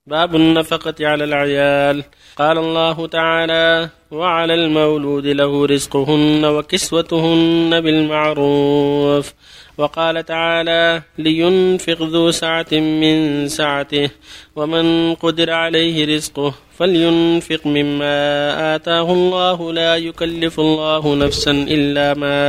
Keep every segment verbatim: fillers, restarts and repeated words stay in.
باب النفقة على العيال. قال الله تعالى: وعلى المولود له رزقهن وكسوتهن بالمعروف. وقال تعالى: لينفق ذو سعة من سعته ومن قدر عليه رزقه فلينفق مما آتاه الله لا يكلف الله نفسا إلا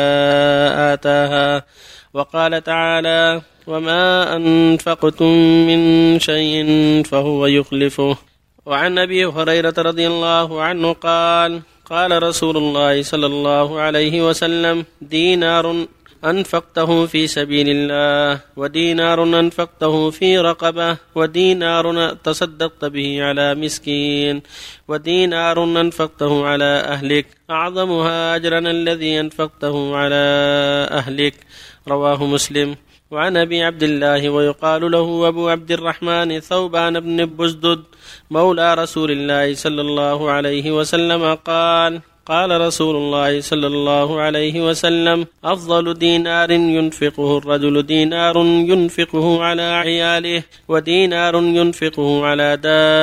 ما آتاها. وقال تعالى: وما أنفقتم من شيء فهو يخلفه. وعن أبي هريرة رضي الله عنه قال: قال رسول الله صلى الله عليه وسلم: دينار أنفقته في سبيل الله، ودينار أنفقته في رقبة، ودينار تصدقت به على مسكين، ودينار أنفقته على أهلك، أعظمها أجرا الذي أنفقته على أهلك. رواه مسلم. وعن أبي عبد الله ويقال له أبو عبد الرحمن ثوبان بن بزدد مولى رسول الله صلى الله عليه وسلم قال: قال رسول الله صلى الله عليه وسلم: أفضل دينار ينفقه الرجل دينار ينفقه على عياله، ودينار ينفقه على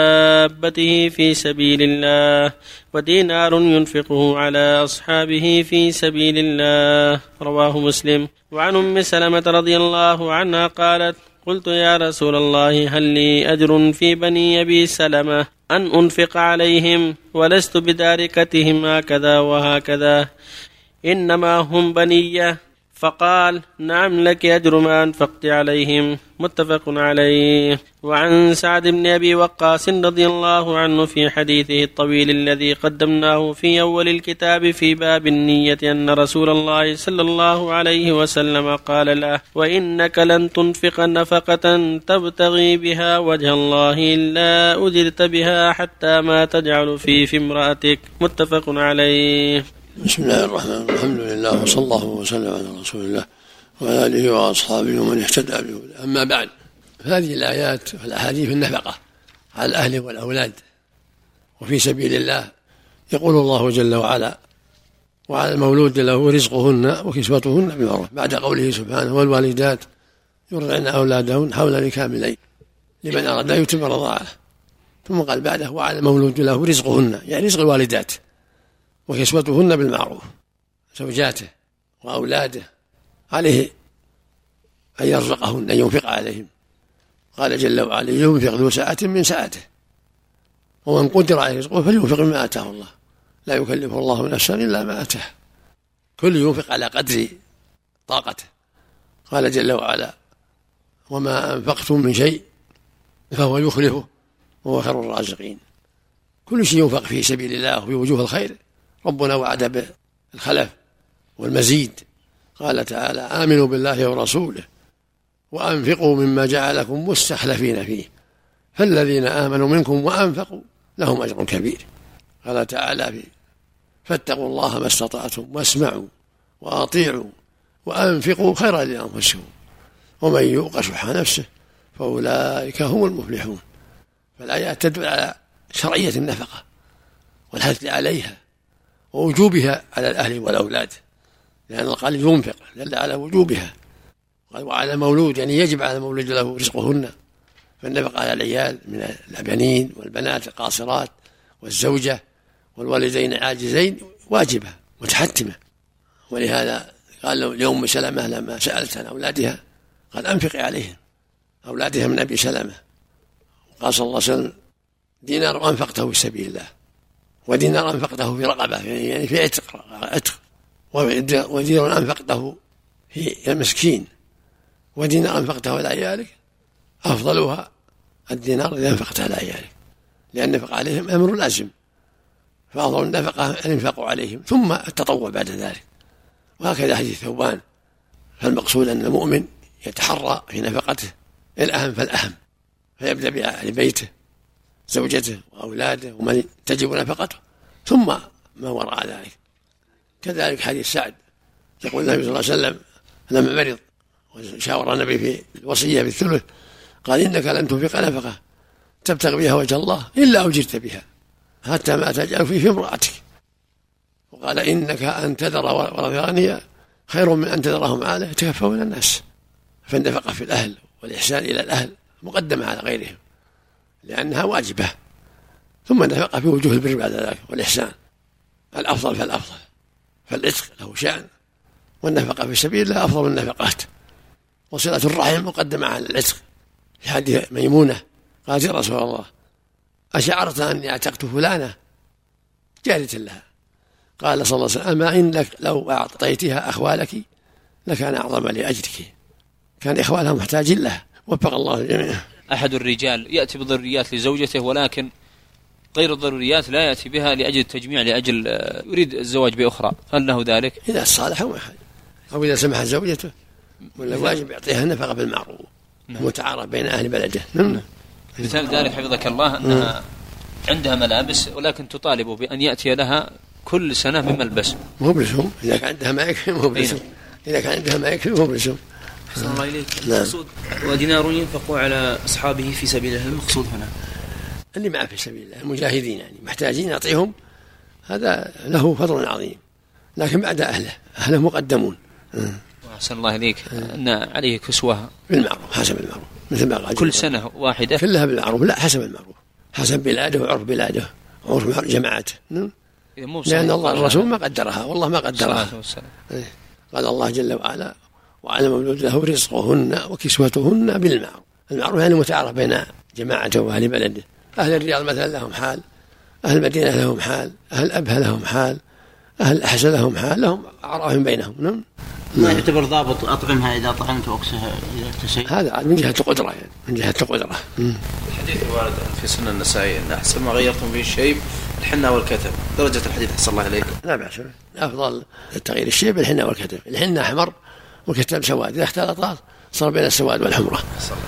دابته في سبيل الله، ودينار ينفقه على أصحابه في سبيل الله. رواه مسلم. وعن أم سلمة رضي الله عنها قالت: قلت يا رسول الله هل لي أجر في بني أبي سلمة أن أنفق عليهم ولست بداركتهم هكذا وهكذا، إنما هم بنية؟ فقال: نعم لك أجر ما أنفقت عليهم. متفق عليه. وعن سعد بن أبي وقاص رضي الله عنه في حديثه الطويل الذي قدمناه في أول الكتاب في باب النية أن رسول الله صلى الله عليه وسلم قال له: وإنك لن تنفق نفقة تبتغي بها وجه الله إلا أجرت بها حتى ما تجعل في في امرأتك. متفق عليه. بسم الله الرحمن الرحيم. الحمد لله وصلى الله وسلم على رسول الله وعلى آله وأصحابه ومن اهتدى بهداه. أما بعد، هذه الآيات والأحاديث النفقة على الأهل والأولاد وفي سبيل الله. يقول الله جل وعلا: وعلى المولود له رزقهن وكسوتهن بالمعروف، بعد قوله سبحانه: والوالدات يرضعن أولادهن حولين كاملين لمن أراد أن يتم رضاعه. ثم قال بعده: وعلى المولود له رزقهن، يعني رزق الوالدات، وكسوتهن بالمعروف، زوجاته وأولاده عليه أن يرزقهن، أن ينفق عليهم. قال جل وعلا: ينفق ذو سعة من سعته ومن قدر عليه رزقه فلينفق مما آتاه الله لا يكلف الله نفسا إلا ما آتاه. كل ينفق على قدر طاقته. قال جل وعلا: وما أنفقتم من شيء فهو يخلفه وهو خير الرازقين. كل شيء ينفق في سبيل الله وفي وجوه الخير ربنا وعد بالخلف والمزيد. قال تعالى: آمنوا بالله ورسوله وأنفقوا مما جعلكم مستخلفين فيه فالذين آمنوا منكم وأنفقوا لهم أجر كبير. قال تعالى فيه: فاتقوا الله ما استطعتم واسمعوا وأطيعوا وأنفقوا خيرا لأنفسكم ومن يوق شح نفسه فأولئك هم المفلحون. فالآيات تدل على شرعية النفقة والحث عليها ووجوبها على الأهل والأولاد، لأن قال ينفق دل على وجوبها. قال: وعلى مولود، يعني يجب على المولود له رزقهن، فالنفقة على العيال من البنين والبنات القاصرات والزوجة والوالدين عاجزين واجبة متحتمة. ولهذا قال لأم سلمة لما سألت عن أولادها قال: أنفقي عليهم، أولادها من أبي سلمة. قال صلى الله عليه وسلم: دينار أنفقته في سبيل الله، ودينار أنفقته في رقبة، يعني في عتق، عتق، ودينار أنفقته في المسكين، ودينار أنفقته على عيالك، أفضلها الدينار إذا أنفقت على عيالك، لأن النفق عليهم أمر لازم، فأفضل النفقة الإنفاق عليهم ثم التطوع بعد ذلك. وهكذا حديث ثوبان. فالمقصود أن المؤمن يتحرى في نفقته الأهم فالأهم، فيبدأ بأهل بيته، زوجته وأولاده ومن تجب نفقته، ثم ما وراء ذلك. كذلك حديث سعد، يقول النبي صلى الله عليه وسلم لما مرض وشاور النبي في الوصية بالثلث قال: إنك لن تنفق نفقة تبتغي بها وجه الله إلا أجرت بها حتى ما تجعل فيه في امرأتك. وقال: إنك أن تذر ورثانية خير من أن تذرهم عالة يتكفون الناس. فالنفقة في الأهل والإحسان إلى الأهل مقدمة على غيرهم، لأنها واجبة. ثم النفقة في وجوه البر بعد ذلك والإحسان، الأفضل فالأفضل، فالعتق له شأن، والنفقة في سبيل الله أفضل من النفقات. وصلة الرحم مقدمة على العتق. في حديث ميمونة قالت: يا رسول الله أشعرت أني اعتقت فلانة جارية لها؟ قال صلى الله عليه وسلم: أما إن لك لو أعطيتها أخوالك لكان أعظم لأجرك. كان إخوالها محتاجين لها. وفق الله الجميع. أحد الرجال يأتي بضروريات لزوجته، ولكن غير الضروريات لا يأتي بها لأجل التجميع، لأجل يريد الزواج بأخرى، هل له ذلك؟ إذا صالح أو أحد، أو إذا سمحت زوجته، ولا واجب يعطيها النفقة بالمعروف متعارف بين أهل بلده. نعم. مثال ذلك حفظك الله أنها عندها ملابس ولكن تطالب بأن يأتي لها كل سنة بملبس. مو بلزوم، إذا كان عندها ما يكفي مو بلزوم. إذا كان عندها ما يكفي مو بلزوم. أحسن الله إليك. نعم. المقصود ودينار ينفق على أصحابه في سبيل الله، المقصود هنا اللي معه في سبيل الله، المجاهدين يعني محتاجين يعطيهم، هذا له فضل عظيم، لكن بعد أهله، أهله مقدمون. أحسن الله إليك. أن عليه كسوة بالمعروف، حسب المعروف، مثل ما قال كل سنة واحدة كلها بالمعروف، لا حسب المعروف، حسب بلاده وعرف بلاده وعرف جماعته. لأن الله الرسول ما قدرها، والله ما قدرها. قال الله جل وعلا: وعلى مولود له رزقهن وكسوتهن بالمعروف. المعروف يعني متعارف بين جماعته وأهل بلده. أهل الرياض مثلا لهم حال، أهل المدينة لهم حال، أهل أبها لهم حال، أهل الأحساء لهم حال، لهم أعراف بينهم. نعم. ما يعتبر ضابط أطعمها إذا طعمت وأكسها إذا تسيء؟ هذا من جهة القدرة، يعني من جهة القدرة. الحديث الوارد في سنن النسائي أن أحسن ما غيرتم به الشيب الحنة والكتم، درجة الحديث أحسن الله إليك. لا بأس، أفضل التغيير الشيب الحنة والكتم. الحنة أحمر والكتم سواد، إذا اختلطت صار بين السواد والحمرة.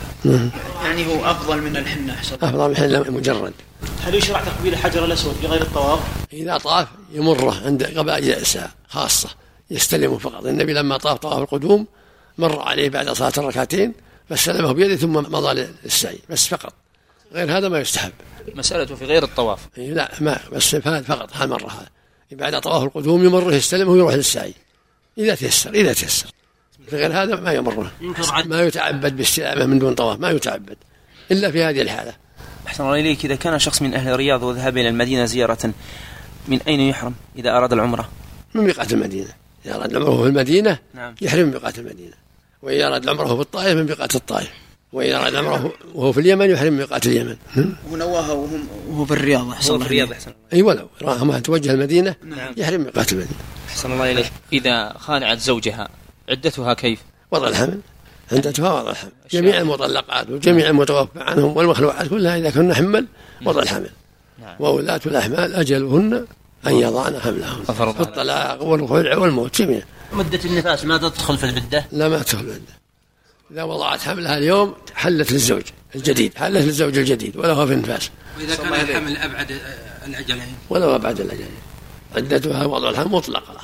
يعني هو أفضل من الحنة أحسن، أفضل من الحنة مجرد. هل يشرع تقبيل الحجر الأسود بغير الطواف؟ إذا طاف يمره عند قبائل الساعة خاصة يستلمه فقط. النبي لما طاف طواف القدوم مر عليه بعد صلاة الركعتين فاستلمه بيده ثم مضى للسعي بس فقط، غير هذا ما يستحب. مسألة في غير الطواف؟ لا ما بس فقط هالمرة هذا بعد طواف القدوم يمره يستلمه ويروح للسعي إذا تيسر. إذا تيسر غير هذا ما يمره، ما يتعبد باستلامه من دون طواف، ما يتعبد إلا في هذه الحالة. أحسن الله إليك. إذا كان شخص من أهل الرياض وذهب إلى المدينة زيارة، من أين يحرم إذا أراد العمرة؟ من ميقات المدينة. إذا أراد العمرة في المدينة نعم. يحرم من ميقات المدينة، وإذا أراد العمرة في الطائف من ميقات الطائف، وإذا أراد العمرة وهو في اليمن يحرم من ميقات اليمن. ونواها وهو في الرياض. أحسن الله إليك. أي ولو ما توجه المدينة نعم. يحرم من ميقات المدينة. أحسن الله إليك. إذا خانعت زوجها عدتها كيف؟ وضع الحمل، عدتها وضع الحمل. جميع المطلقات وجميع المتوفى عنهم والمخلوعات كلها إذا كنا حمل وضع الحمل. نعم. وولاة الأحمال أجلهن أن يضعن حملهن. الطلاق والخلع والموت جميع. مدة النفاس ما تدخل في العدة؟ لا ما تدخل في العدة. إذا وضعت حملها اليوم حلت للزوج الجديد، حلت للزوج الجديد ولو في النفاس. وإذا كان الحمل أبعد الأجلين؟ ولو أبعد الأجلين عدتها وضع الحمل مطلقة.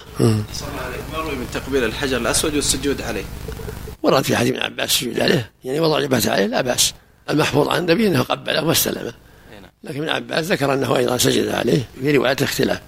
ما روي من تقبيل الحجر الأسود والسجود عليه؟ ورد في حديث ابن عباس السجود عليه، يعني وضع جبهته عليه لا بأس. المحفوظ عن النبي أنه قبله واستلمه، لكن ابن عباس ذكر أنه أيضا سجد عليه في رواية اختلاف.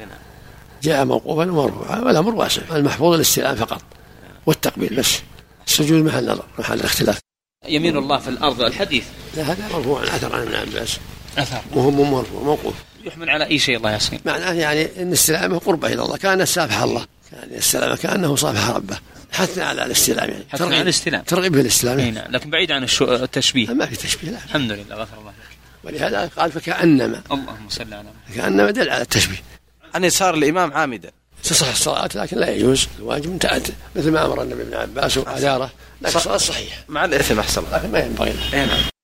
جاء موقوفا ومرفوعا والأمر واسع. المحفوظ الاستلام فقط والتقبيل بس، السجود محل نظر محل اختلاف. يمين الله في الأرض الحديث لا هذا مرفوع أثر عن ابن عباس، أثر مهم مرفوع موقوف يحمل على أي شيء. الله يسلمك. معناه يعني أن استلامه قربة إلى الله، كان السافح الله، يعني السلام كأنه صافح ربه، حتى على الاستلام، يعني حتى على الاستلام، ترغيب في الاستلام. نعم. لكن بعيد عن التشبيه، ما في تشبيه. لا الحمد لله غفر الله لك. ولهذا قال فكأنما، اللهم صل على كأنما دل على التشبيه. أن يسار الإمام عامدا تصح الصلاة لكن لا يجوز، الواجب انتهت مثل ما أمر النبي ابن عباس وأداره، لكن الصلاة صحيحة مع الإثم أحسن، لكن ما ينبغي له.